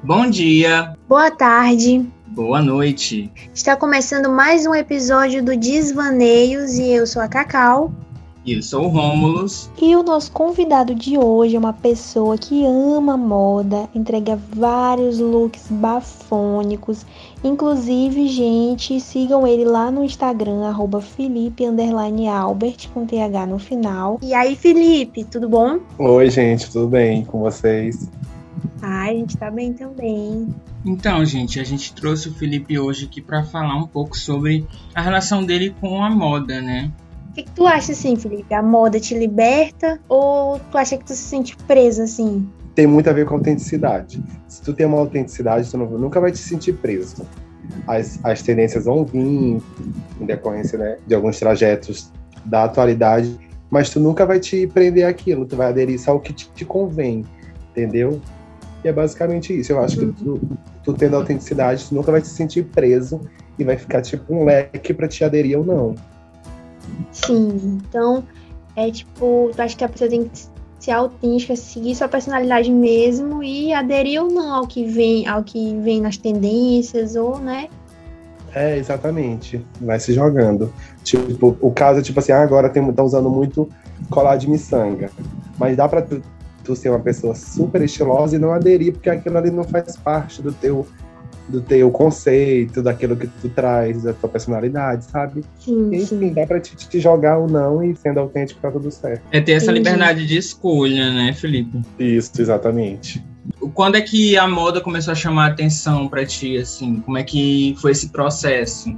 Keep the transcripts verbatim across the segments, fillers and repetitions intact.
Bom dia, Boa tarde. boa noite. Está começando mais um episódio do Desvaneios e eu sou a Cacau. Eu sou o Rômulus. E o nosso convidado de hoje é uma pessoa que ama moda, entrega vários looks bafônicos. Inclusive, gente, sigam ele lá no Instagram, arroba Felipe underline Albert, com T H no final. E aí, Felipe, tudo bom? Oi, gente, tudo bem com vocês? Ai, a gente tá bem também. Então, gente, a gente trouxe o Felipe hoje aqui para falar um pouco sobre a relação dele com a moda, né? O que, que tu acha, assim, Felipe? A moda te liberta ou tu acha que tu se sente preso, assim? Tem muito a ver com autenticidade. Se tu tem uma autenticidade, tu não- nunca vai te sentir preso. As, as tendências vão vir em decorrência, né, de alguns trajetos da atualidade, mas tu nunca vai te prender àquilo, tu vai aderir só ao que te, te convém, entendeu? E é basicamente isso. Eu acho que tu, tu tendo autenticidade, tu nunca vai te sentir preso e vai ficar tipo um leque pra te aderir ou não. Sim, então é tipo, tu acha que a pessoa tem que ser autêntica, seguir sua personalidade mesmo e aderir ou não ao que vem, ao que vem nas tendências, ou, né? É, exatamente. Vai se jogando. Tipo, o caso é tipo assim, ah, agora tem, tá usando muito colar de miçanga. Mas dá pra tu, tu ser uma pessoa super estilosa e não aderir, porque aquilo ali não faz parte do teu, do teu conceito, daquilo que tu traz, da tua personalidade, sabe? Sim, Enfim, sim. dá pra te, te jogar ou não e sendo autêntico tá tudo certo. É ter essa Entendi. liberdade de escolha, né, Felipe? Isso, exatamente. Quando é que a moda começou a chamar a atenção pra ti, assim? Como é que foi esse processo?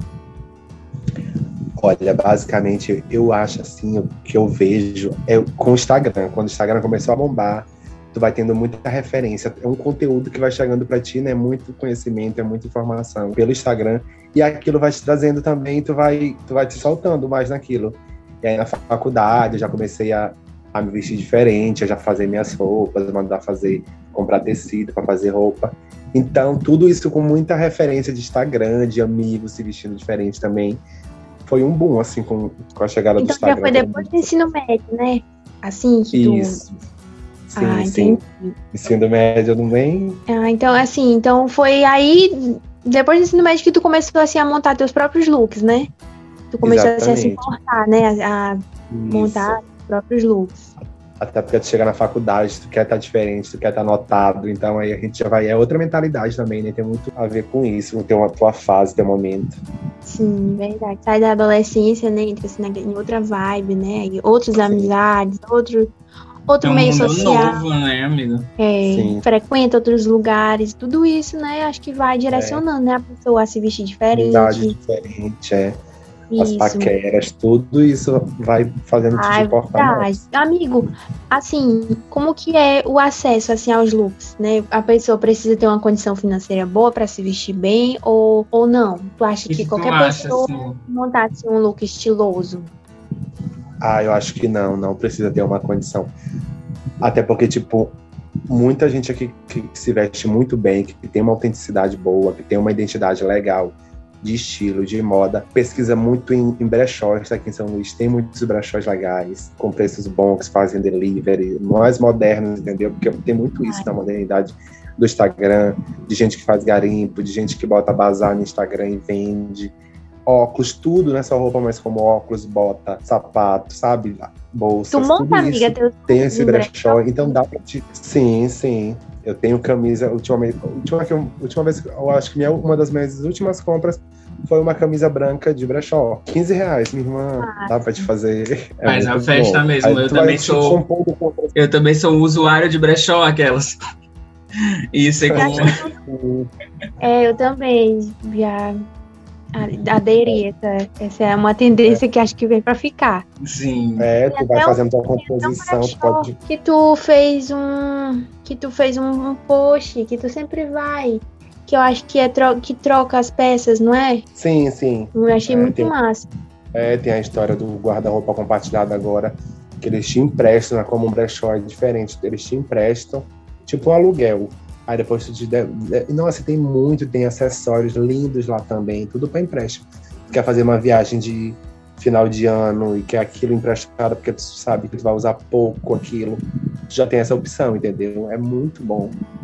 Olha, basicamente, eu acho assim, o que eu vejo é com o Instagram. Quando o Instagram começou a bombar, tu vai tendo muita referência. É um conteúdo que vai chegando pra ti, né? Muito conhecimento, é muita informação pelo Instagram. E aquilo vai te trazendo também, tu vai, tu vai te soltando mais naquilo. E aí na faculdade eu já comecei a, a me vestir diferente, a já fazer minhas roupas, mandar fazer, comprar tecido pra fazer roupa. Então, tudo isso com muita referência de Instagram, de amigos se vestindo diferente também. Foi um boom, assim, com, com a chegada do Então Instagram. já foi depois do ensino médio, né? Assim que tu... Isso. Sim, Ah, sim. entendi. Ensino médio também. Ah, então, assim, então foi aí, depois do ensino médio, que tu começou assim, a montar teus próprios looks, né? Tu começou assim, a se Exatamente. importar, né? A, a montar os próprios looks. Até porque tu chega na faculdade, tu quer estar diferente, tu quer estar notado. Então aí a gente já vai. É outra mentalidade também, né? Tem muito a ver com isso, ter uma tua fase, teu momento. Sim, verdade. Sai da adolescência, né? Entra assim, na- em outra vibe, né? E outras Sim. amizades, outro, outro É um meio mundo social. novo, né, amigo? É, Sim. frequenta outros lugares, tudo isso, né? Acho que vai direcionando, né? A pessoa a se vestir diferente. Idade diferente, é. As Isso. paqueras, tudo isso vai fazendo te Ah, é importar mais. verdade. Amigo, assim, como que é o acesso assim aos looks, né? A pessoa precisa ter uma condição financeira boa para se vestir bem ou, ou não? Tu acha O que que tu qualquer acha, pessoa assim? montar assim, um look estiloso? Ah, eu acho que não, não precisa ter uma condição. Até porque, tipo, muita gente aqui que se veste muito bem, que tem uma autenticidade boa, que tem uma identidade legal de estilo, de moda, pesquisa muito em, em brechós aqui em São Luís. Tem muitos brechós legais, com preços bons, que fazem delivery, mais modernos, entendeu? Porque tem muito isso na modernidade do Instagram, de gente que faz garimpo, de gente que bota bazar no Instagram e vende. Óculos, tudo nessa roupa, mas como óculos, bota, sapato, sabe? Bolsas, Tu monta, tudo amiga, isso teus tem esse de brechó, então dá pra te... Sim, sim. Eu tenho camisa, ultimamente, última, que eu- última vez, eu acho que minha, uma das minhas últimas compras foi uma camisa branca de brechó. quinze reais, minha irmã, dá pra te fazer. É Faz a muito festa bom. mesmo, Aí eu tu vai também te sou- compondo com outras Eu também sou um usuário de brechó, aquelas. E sei como é. coisas. É, eu também já a- aderi. Essa, essa é uma tendência que acho que veio pra ficar. Sim. É, tu vai até fazendo tua Tem um composição, tu brechó pode... que tu fez um que tu fez um, um post que tu sempre vai, que eu acho que é tro que troca as peças, não é? Sim, sim. Eu achei É, muito tem- massa. É, tem a história do guarda-roupa compartilhado agora, que eles te emprestam, né, como um brechó é diferente, eles te emprestam, tipo um aluguel. Aí depois tu te deve... Nossa, tem muito, tem acessórios lindos lá também, tudo para empréstimo. Tu quer fazer uma viagem de final de ano e quer aquilo emprestado porque tu sabe que tu vai usar pouco aquilo, tu já tem essa opção, entendeu? É muito bom.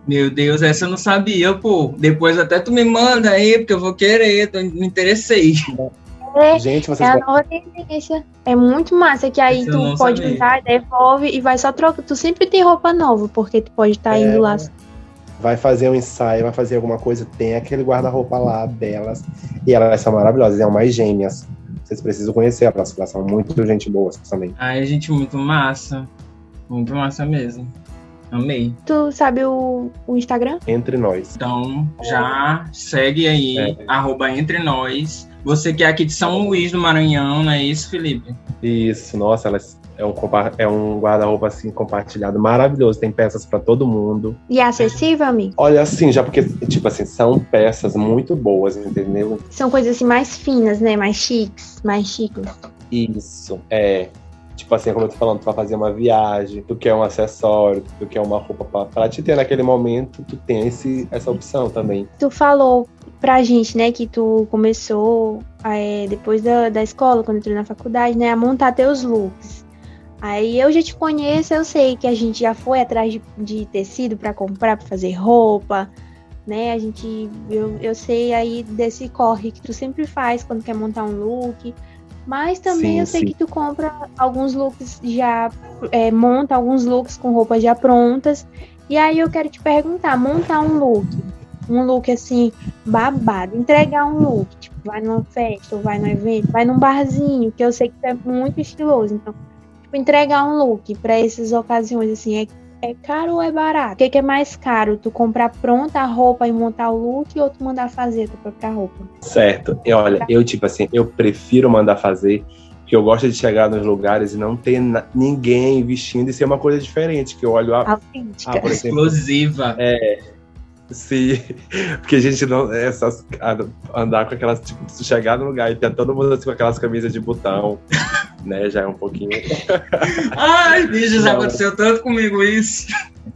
Meu Deus, essa eu não sabia, pô. Depois até tu me manda aí, porque eu vou querer, tô, me interessei. É, Gente, vocês é a vão- nova tendência. É muito massa, que aí Essa eu tu não pode sabia. usar, devolve e vai só trocar. Tu sempre tem roupa nova, porque tu pode estar É. indo lá. vai fazer um ensaio, vai fazer alguma coisa, tem aquele guarda-roupa lá delas. E elas são maravilhosas, são mais gêmeas. Vocês precisam conhecer elas, elas são muito gente boas também. Ai, gente, muito massa. Muito massa mesmo. Amei. Tu sabe o, o Instagram? Entre nós. Então, já segue aí, É. arroba Entre Nós. Você que é aqui de São Luís do Maranhão, não é isso, Felipe? Isso, nossa, elas é um, compa- é um guarda-roupa assim compartilhado maravilhoso, tem peças pra todo mundo. E é acessível, amigo? Olha, assim, já porque, tipo assim, são peças muito boas, entendeu? São coisas assim mais finas, né? Mais chiques, mais chiques. Isso, é. Tipo assim, como eu tô falando, tu vai fazer uma viagem, tu quer um acessório, tu quer uma roupa pra, pra te ter naquele momento, tu tem esse, essa opção também. Tu falou pra gente, né, que tu começou é, depois da, da escola, quando entrou na faculdade, né, a montar teus looks. Aí eu já te conheço, eu sei que a gente já foi atrás de, de tecido pra comprar, pra fazer roupa, né, a gente, eu, eu sei aí desse corre que tu sempre faz quando quer montar um look, mas também Sim, eu sei sim. que tu compra alguns looks já, é, monta alguns looks com roupas já prontas, e aí eu quero te perguntar, montar um look, um look assim, babado, entregar um look, tipo, vai numa festa ou vai num evento, vai num barzinho, que eu sei que tu é muito estiloso, então, tipo, entregar um look pra essas ocasiões, assim, é, é caro ou é barato? O que, que é mais caro? Tu comprar pronta a roupa e montar o look ou tu mandar fazer a tua própria roupa? Certo. E olha, eu, tipo assim, eu prefiro mandar fazer, porque eu gosto de chegar nos lugares e não ter na- ninguém vestindo e ser uma coisa diferente, que eu olho a, Autêntica. ah, por exemplo, Explosiva. sim, porque a gente não. Essas, andar com aquelas. Tipo, se chegar no lugar e ter todo mundo assim com aquelas camisas de botão, né? Já é um pouquinho. Ai, bicho, já Não. aconteceu tanto comigo isso.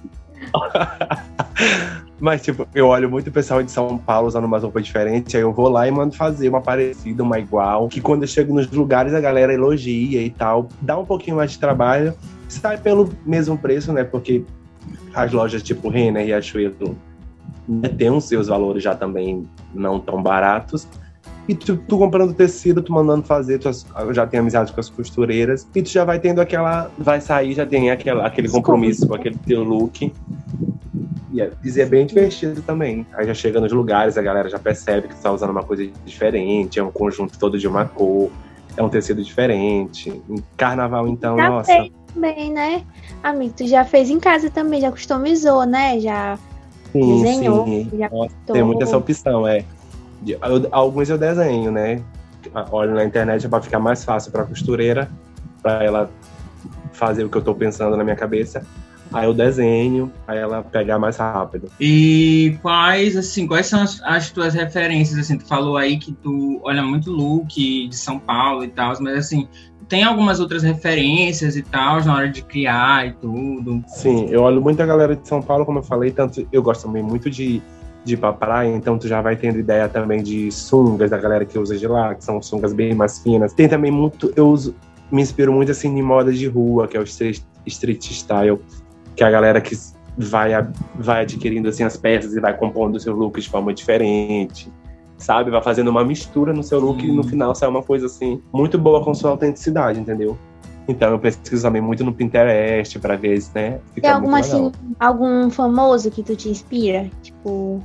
Mas, tipo, eu olho muito o pessoal de São Paulo usando umas roupas diferentes, aí eu vou lá e mando fazer uma parecida, uma igual, que quando eu chego nos lugares a galera elogia e tal. Dá um pouquinho mais de trabalho, sai pelo mesmo preço, né? Porque as lojas tipo Renner e Riachuelo né, tem os seus valores já também não tão baratos. E tu, tu comprando tecido, tu mandando fazer, tu eu já tenho amizade com as costureiras, e tu já vai tendo aquela. Vai sair, já tem aquela, aquele compromisso com aquele teu look. E é, e é bem divertido também. Aí já chega nos lugares, a galera já percebe que tu tá usando uma coisa diferente, é um conjunto todo de uma cor, é um tecido diferente. Em carnaval, então, Já nossa. fez também, né? Amigo, tu já fez em casa também, já customizou, né? Já Sim, desenhou, sim. já Nossa, pintou. tem muito essa opção, é. De- eu- alguns eu desenho, né? Olho na internet para ficar mais fácil para a costureira, para ela fazer o que eu tô pensando na minha cabeça. Aí eu desenho, aí ela pegar mais rápido. E quais, assim, quais são as, as tuas referências, assim, tu falou aí que tu olha muito look de São Paulo e tal, mas assim, tem algumas outras referências e tal, na hora de criar e tudo? Sim, eu olho muito a galera de São Paulo, como eu falei, tanto eu gosto também muito de, de ir pra praia, então tu já vai tendo ideia também de sungas da galera que usa de lá, que são sungas bem mais finas. Tem também muito, eu uso, me inspiro muito assim em moda de rua, que é o street, street style, que é a galera que vai, a- vai adquirindo assim as peças e vai compondo o seu look de forma diferente, sabe? Vai fazendo uma mistura no seu look e no final sai uma coisa assim muito boa com sua autenticidade, entendeu? Então eu pesquiso também muito no Pinterest pra ver, né? Fica Tem alguma, muito legal. assim, algum famoso que tu te inspira? Tipo,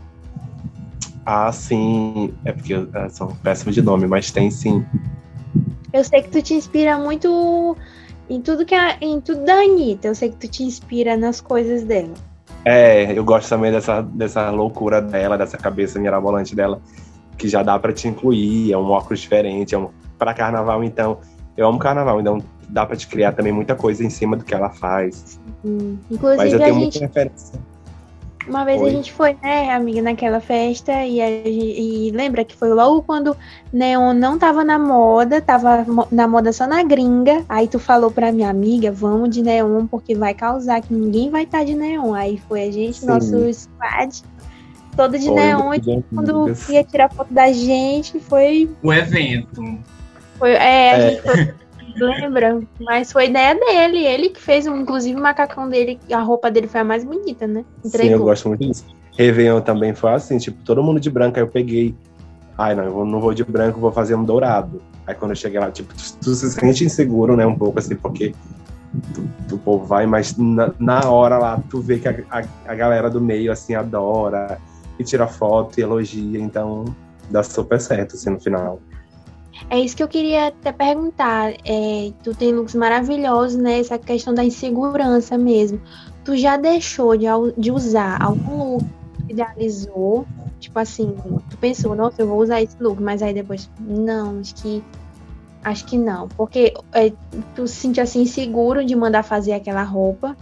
Ah, sim. É porque eu ah, sou péssimo de nome, mas tem sim. eu sei que tu te inspira muito em tudo que a, em tudo da Anitta. Eu sei que tu te inspira nas coisas dela. É, eu gosto também dessa, dessa loucura dela, dessa cabeça mirabolante dela, que já dá pra te incluir, é um óculos diferente, é um para carnaval, então. Eu amo carnaval, então dá pra te criar também muita coisa em cima do que ela faz. Hum. Mas Inclusive, eu a tenho gente, muita referência. uma vez Oi. a gente foi, né, amiga, naquela festa e, a gente- e lembra que foi logo quando neon não tava na moda, tava mo- na moda só na gringa. Aí tu falou pra minha amiga, vamos de neon porque vai causar que ninguém vai estar de neon. Aí foi a gente, Sim. nosso squad, todo de Foi um neon, grupo e de quando amigas. ia tirar foto da gente, foi, O evento. foi é, a É. gente foi lembra? Mas foi ideia dele, ele que fez, um, inclusive o macacão dele, a roupa dele foi a mais bonita, né? Entregou. Sim, eu gosto muito disso. Réveillon também foi assim, tipo, todo mundo de branco, aí eu peguei, ai não, eu não vou de branco, vou fazer um dourado. Aí quando eu cheguei lá, tipo, tu, tu se sente inseguro, né, um pouco assim, porque tu, o povo vai, mas na, na hora lá, tu vê que a, a, a galera do meio, assim, adora, e tira foto e elogia, então dá super certo, assim, no final. É isso que eu queria até perguntar. É, tu tem looks maravilhosos, né? Essa questão da insegurança mesmo. Tu já deixou de, de usar algum look que tu idealizou? Tipo assim, tu pensou, nossa, eu vou usar esse look, mas aí depois, não, acho que acho que não. Porque é, tu se sente assim inseguro de mandar fazer aquela roupa.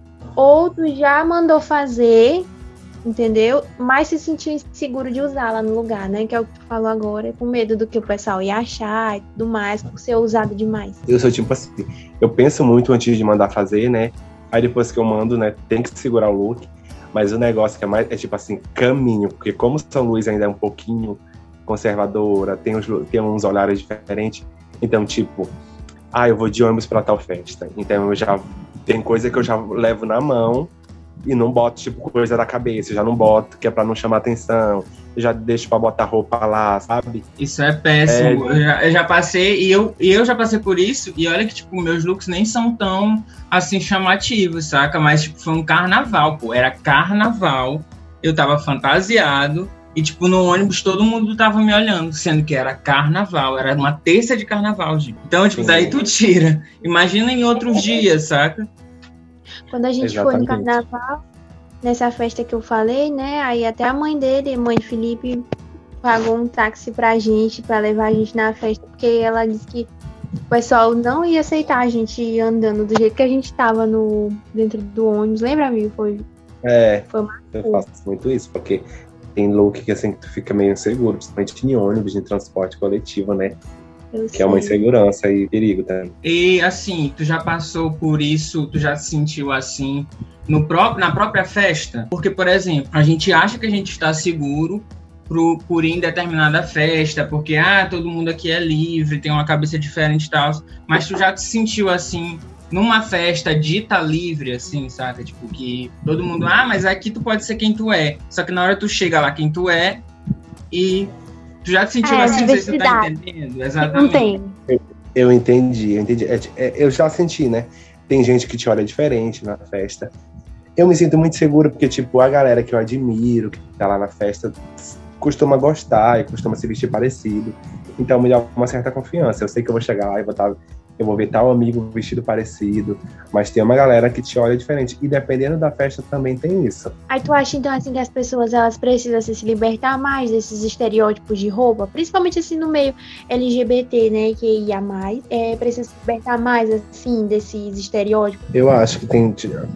Ou tu já mandou fazer, entendeu? Mas se sentiu inseguro de usá-la no lugar, né? Que é o que tu falou agora, com medo do que o pessoal ia achar e tudo mais, por ser usado demais. Eu sou tipo assim, eu penso muito antes de mandar fazer, né? Aí depois que eu mando, né, tem que segurar o look. Mas o negócio que é mais, é tipo assim, caminho. Porque como São Luís ainda é um pouquinho conservadora, tem uns, tem uns olhares diferentes. Então, tipo, ah, eu vou de ônibus pra tal festa. Então eu já, tem coisa que eu já levo na mão, e não boto, tipo, coisa da cabeça. Já não boto, que é pra não chamar atenção. Eu já deixo pra botar roupa lá, sabe? Isso é péssimo. É... Eu, já, eu já passei, e eu, e eu já passei por isso. E olha que, tipo, meus looks nem são tão, assim, chamativos, saca? Mas, tipo, foi um carnaval, pô. Era carnaval. Eu tava fantasiado. E, tipo, no ônibus todo mundo tava me olhando. Sendo que era carnaval. Era uma terça de carnaval, gente. Então, tipo, Sim. daí tu tira. Imagina em outros dias, saca? Quando a gente Exatamente. foi no carnaval, nessa festa que eu falei, né? Aí até a mãe dele, mãe de Felipe, pagou um táxi pra gente, pra levar a gente na festa, porque ela disse que o pessoal não ia aceitar a gente andando do jeito que a gente tava no, dentro do ônibus. Lembra, amigo? Foi, é, foi eu faço muito isso, porque tem look que assim que tu fica meio inseguro, principalmente em ônibus, em transporte coletivo, né? Eu que sei. É uma insegurança e perigo também. E assim, tu já passou por isso, tu já se sentiu assim no próprio, na própria festa? Porque, por exemplo, a gente acha que a gente está seguro pro, por ir em determinada festa, porque ah, todo mundo aqui é livre, tem uma cabeça diferente e tal, mas tu já te sentiu assim numa festa dita livre, assim, saca? Tipo, que todo mundo, ah, mas aqui tu pode ser quem tu é. Só que na hora tu chega lá quem tu é e... Tu já te sentiu é, assim, não sei se tu tá entendendo? Exatamente. Não tem. Eu, eu entendi, eu entendi. É, é, eu já senti, né? Tem gente que te olha diferente na festa. Eu me sinto muito seguro porque, tipo, a galera que eu admiro, que tá lá na festa, costuma gostar e costuma se vestir parecido. Então me dá uma certa confiança. Eu sei que eu vou chegar lá e vou estar... Eu vou ver tal amigo vestido parecido, mas tem uma galera que te olha diferente. E dependendo da festa também tem isso. Aí tu acha então assim que as pessoas elas precisam assim, se libertar mais desses estereótipos de roupa? Principalmente assim no meio L G B T, né, que ia mais. É, precisa se libertar mais assim desses estereótipos? Eu acho que tem,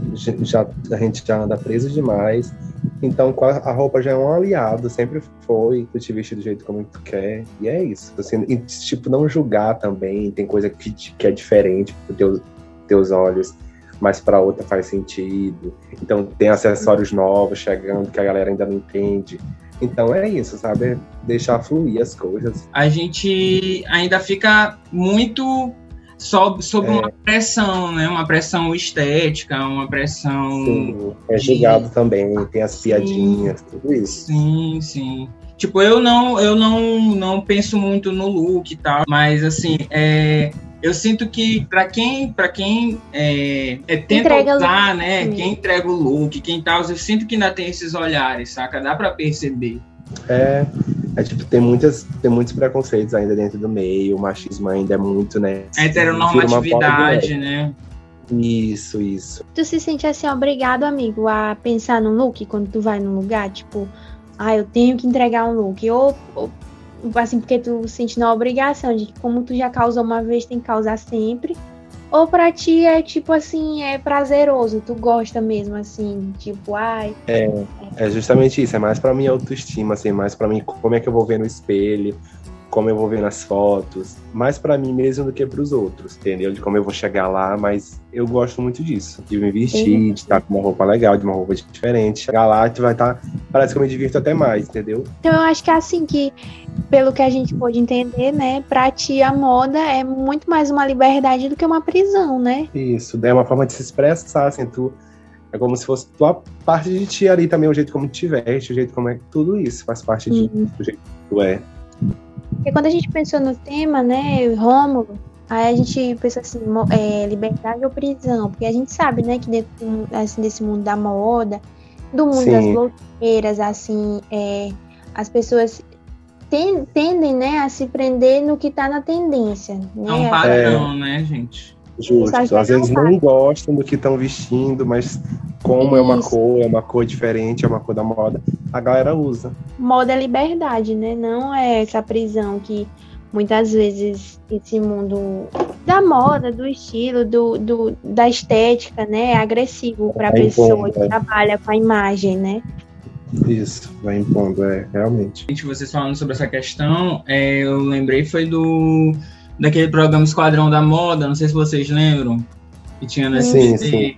já, a gente já anda preso demais. Então a roupa já é um aliado, sempre foi, tu te vestir do jeito como tu quer, e é isso. Assim, e, tipo, não julgar também, tem coisa que, que é diferente pros teus, teus olhos, mas pra outra faz sentido. Então tem acessórios novos chegando que a galera ainda não entende. Então é isso, sabe? Deixar fluir as coisas. A gente ainda fica muito... sob, sob é. uma pressão, né? Uma pressão estética, uma pressão... Sim, é julgado de... também, tem as sim, piadinhas, tudo isso. Sim, sim. Tipo, eu não, eu não, não penso muito no look e tal, mas assim, é, eu sinto que pra quem, pra quem é, é, tenta entrega usar, né? Sim. Quem entrega o look, quem tal, eu sinto que ainda tem esses olhares, saca? Dá pra perceber. É, é tipo, tem, muitas, tem muitos preconceitos ainda dentro do meio, o machismo ainda é muito, né? A heteronormatividade, né? Isso, isso. Tu se sente assim, obrigado, amigo, a pensar no look quando tu vai num lugar, tipo, ah, eu tenho que entregar um look, ou, ou assim, porque tu sente na obrigação de que como tu já causou uma vez, tem que causar sempre. Ou pra ti é tipo assim, é prazeroso, tu gosta mesmo, assim, tipo, ai... É, é justamente isso, é mais pra minha autoestima, assim, mais pra mim, como é que eu vou ver no espelho, como eu vou ver nas fotos, mais pra mim mesmo do que pros outros, entendeu? De como eu vou chegar lá, mas eu gosto muito disso, de me vestir, uhum. de estar com uma roupa legal, de uma roupa diferente. Chegar lá, tu vai estar, parece que eu me divirto até mais, entendeu? Então eu acho que é assim que, pelo que a gente pôde entender, né, pra ti a moda é muito mais uma liberdade do que uma prisão, né? Isso, é uma forma de se expressar, assim, tu... É como se fosse tua parte de ti ali também, o jeito como tu te veste, o jeito como é, tudo isso faz parte de, uhum. do jeito que tu é. Porque quando a gente pensou no tema, né, Rômulo, aí a gente pensou assim, é, liberdade ou prisão, porque a gente sabe, né, que dentro assim, desse mundo da moda, do mundo Sim. das blogueiras, assim, é, as pessoas ten, tendem, né, a se prender no que tá na tendência. Né? É um padrão, é, né, gente? Justo, às vezes não gostam do que estão vestindo, mas como Isso. é uma cor, é uma cor diferente, é uma cor da moda, a galera usa. Moda é liberdade, né? Não é essa prisão que muitas vezes esse mundo da moda, do estilo, do, do, da estética, né? É agressivo para a pessoa que é. trabalha com a imagem, né? Isso, vai impondo, é, realmente. Gente, vocês falando sobre essa questão, é, eu lembrei foi do... daquele programa Esquadrão da Moda, não sei se vocês lembram, que tinha na S B T. Sim, sim.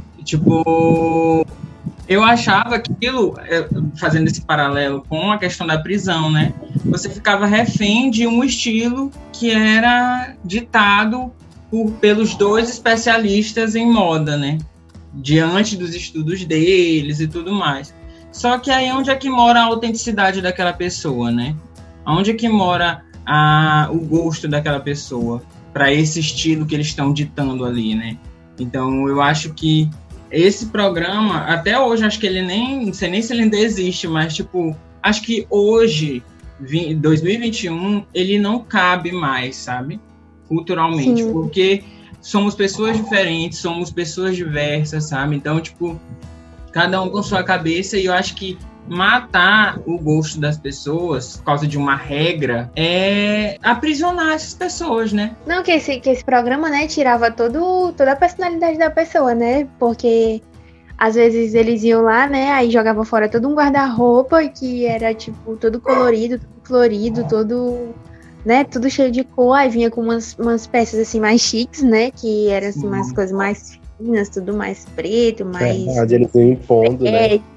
Tipo, eu achava aquilo, fazendo esse paralelo com a questão da prisão, né? Você ficava refém de um estilo que era ditado por, pelos dois especialistas em moda, né? Diante dos estudos deles e tudo mais. Só que aí onde é que mora a autenticidade daquela pessoa, né? Onde é que mora A, o gosto daquela pessoa para esse estilo que eles estão ditando ali, né? Então, eu acho que esse programa, até hoje, acho que ele nem, não sei nem se ele ainda existe, mas, tipo, acho que hoje, dois mil e vinte e um, ele não cabe mais, sabe? Culturalmente, Sim. porque somos pessoas diferentes, somos pessoas diversas, sabe? Então, tipo, cada um com sua cabeça, e eu acho que matar o gosto das pessoas por causa de uma regra é aprisionar essas pessoas, né? Não, que esse, que esse programa, né, tirava todo, toda a personalidade da pessoa, né? Porque às vezes eles iam lá, né, aí jogavam fora todo um guarda-roupa que era, tipo, todo colorido, todo florido, todo, né, tudo cheio de cor, aí vinha com umas, umas peças, assim, mais chiques, né, que eram, assim, umas coisas mais finas, tudo mais preto, mais... Verdade, eles iam impondo, é, né?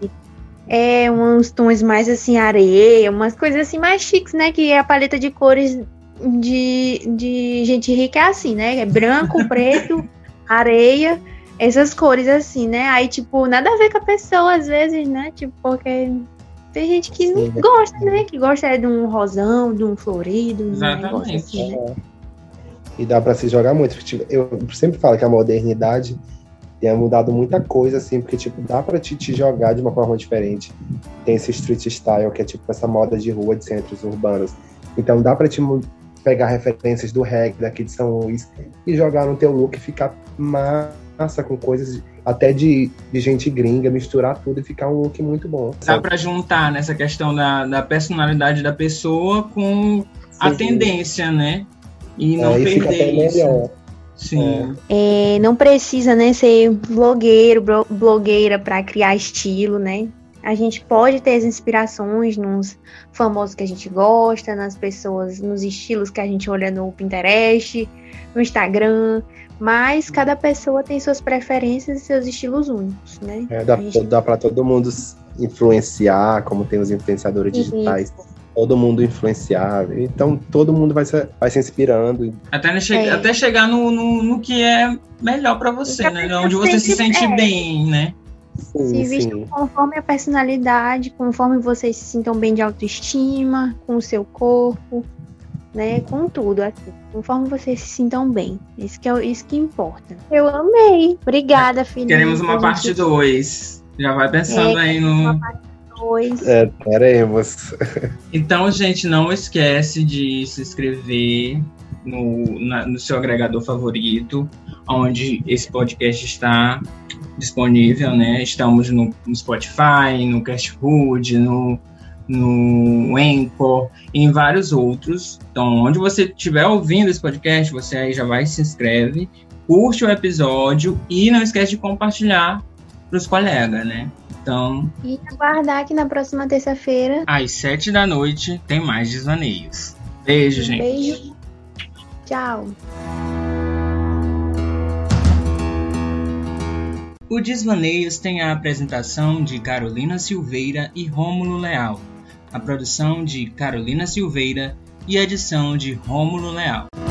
É, uns tons mais assim, areia, umas coisas assim mais chiques, né? Que a paleta de cores de, de gente rica é assim, né? É branco, preto, areia, essas cores assim, né? Aí, tipo, nada a ver com a pessoa, às vezes, né? Tipo, porque tem gente que não gosta, né? Que gosta é de um rosão, de um florido, um negócio assim, né? E dá pra se jogar muito. Eu sempre falo que a modernidade tem mudado muita coisa, assim, porque, tipo, dá pra te, te jogar de uma forma diferente. Tem esse street style, que é, tipo, essa moda de rua, de centros urbanos. Então, dá pra te pegar referências do reggae, daqui de São Luís, e jogar no teu look e ficar massa, com coisas até de, de gente gringa, misturar tudo e ficar um look muito bom. Dá sabe? Pra juntar nessa questão da, da personalidade da pessoa com a Sim. tendência, né? E não é, perder e isso. Melhor. Sim. É, não precisa, né, ser blogueiro, blogueira para criar estilo, né? A gente pode ter as inspirações nos famosos que a gente gosta, nas pessoas, nos estilos que a gente olha no Pinterest, no Instagram, mas cada pessoa tem suas preferências e seus estilos únicos, né? É, dá, gente... dá para todo mundo influenciar, como tem os influenciadores digitais. Isso. Todo mundo influenciável, então todo mundo vai se, vai se inspirando. Até, che- é. até chegar no, no, no que é melhor pra você, né? Onde você se sente é. bem, né? Sim, se vistam conforme a personalidade, conforme vocês se sintam bem de autoestima, com o seu corpo, né? Com tudo, assim, conforme vocês se sintam bem. Isso que é isso que importa. Eu amei. Obrigada, Felipe. Queremos uma parte dois. Já vai pensando é, aí no... Uma parte É, teremos. Então, gente, não esquece de se inscrever no, na, no seu agregador favorito, onde esse podcast está disponível, né? Estamos no, no Spotify, no Castbox, no, no Anchor e em vários outros. Então, onde você estiver ouvindo esse podcast, você aí já vai, se inscreve, curte o episódio e não esquece de compartilhar para os colegas, né? Então, e aguardar que na próxima terça-feira, às sete da noite, tem mais Desvaneios. Beijo, gente. Beijo. Tchau. O Desvaneios tem a apresentação de Carolina Silveira e Rômulo Leal, a produção de Carolina Silveira e a edição de Rômulo Leal.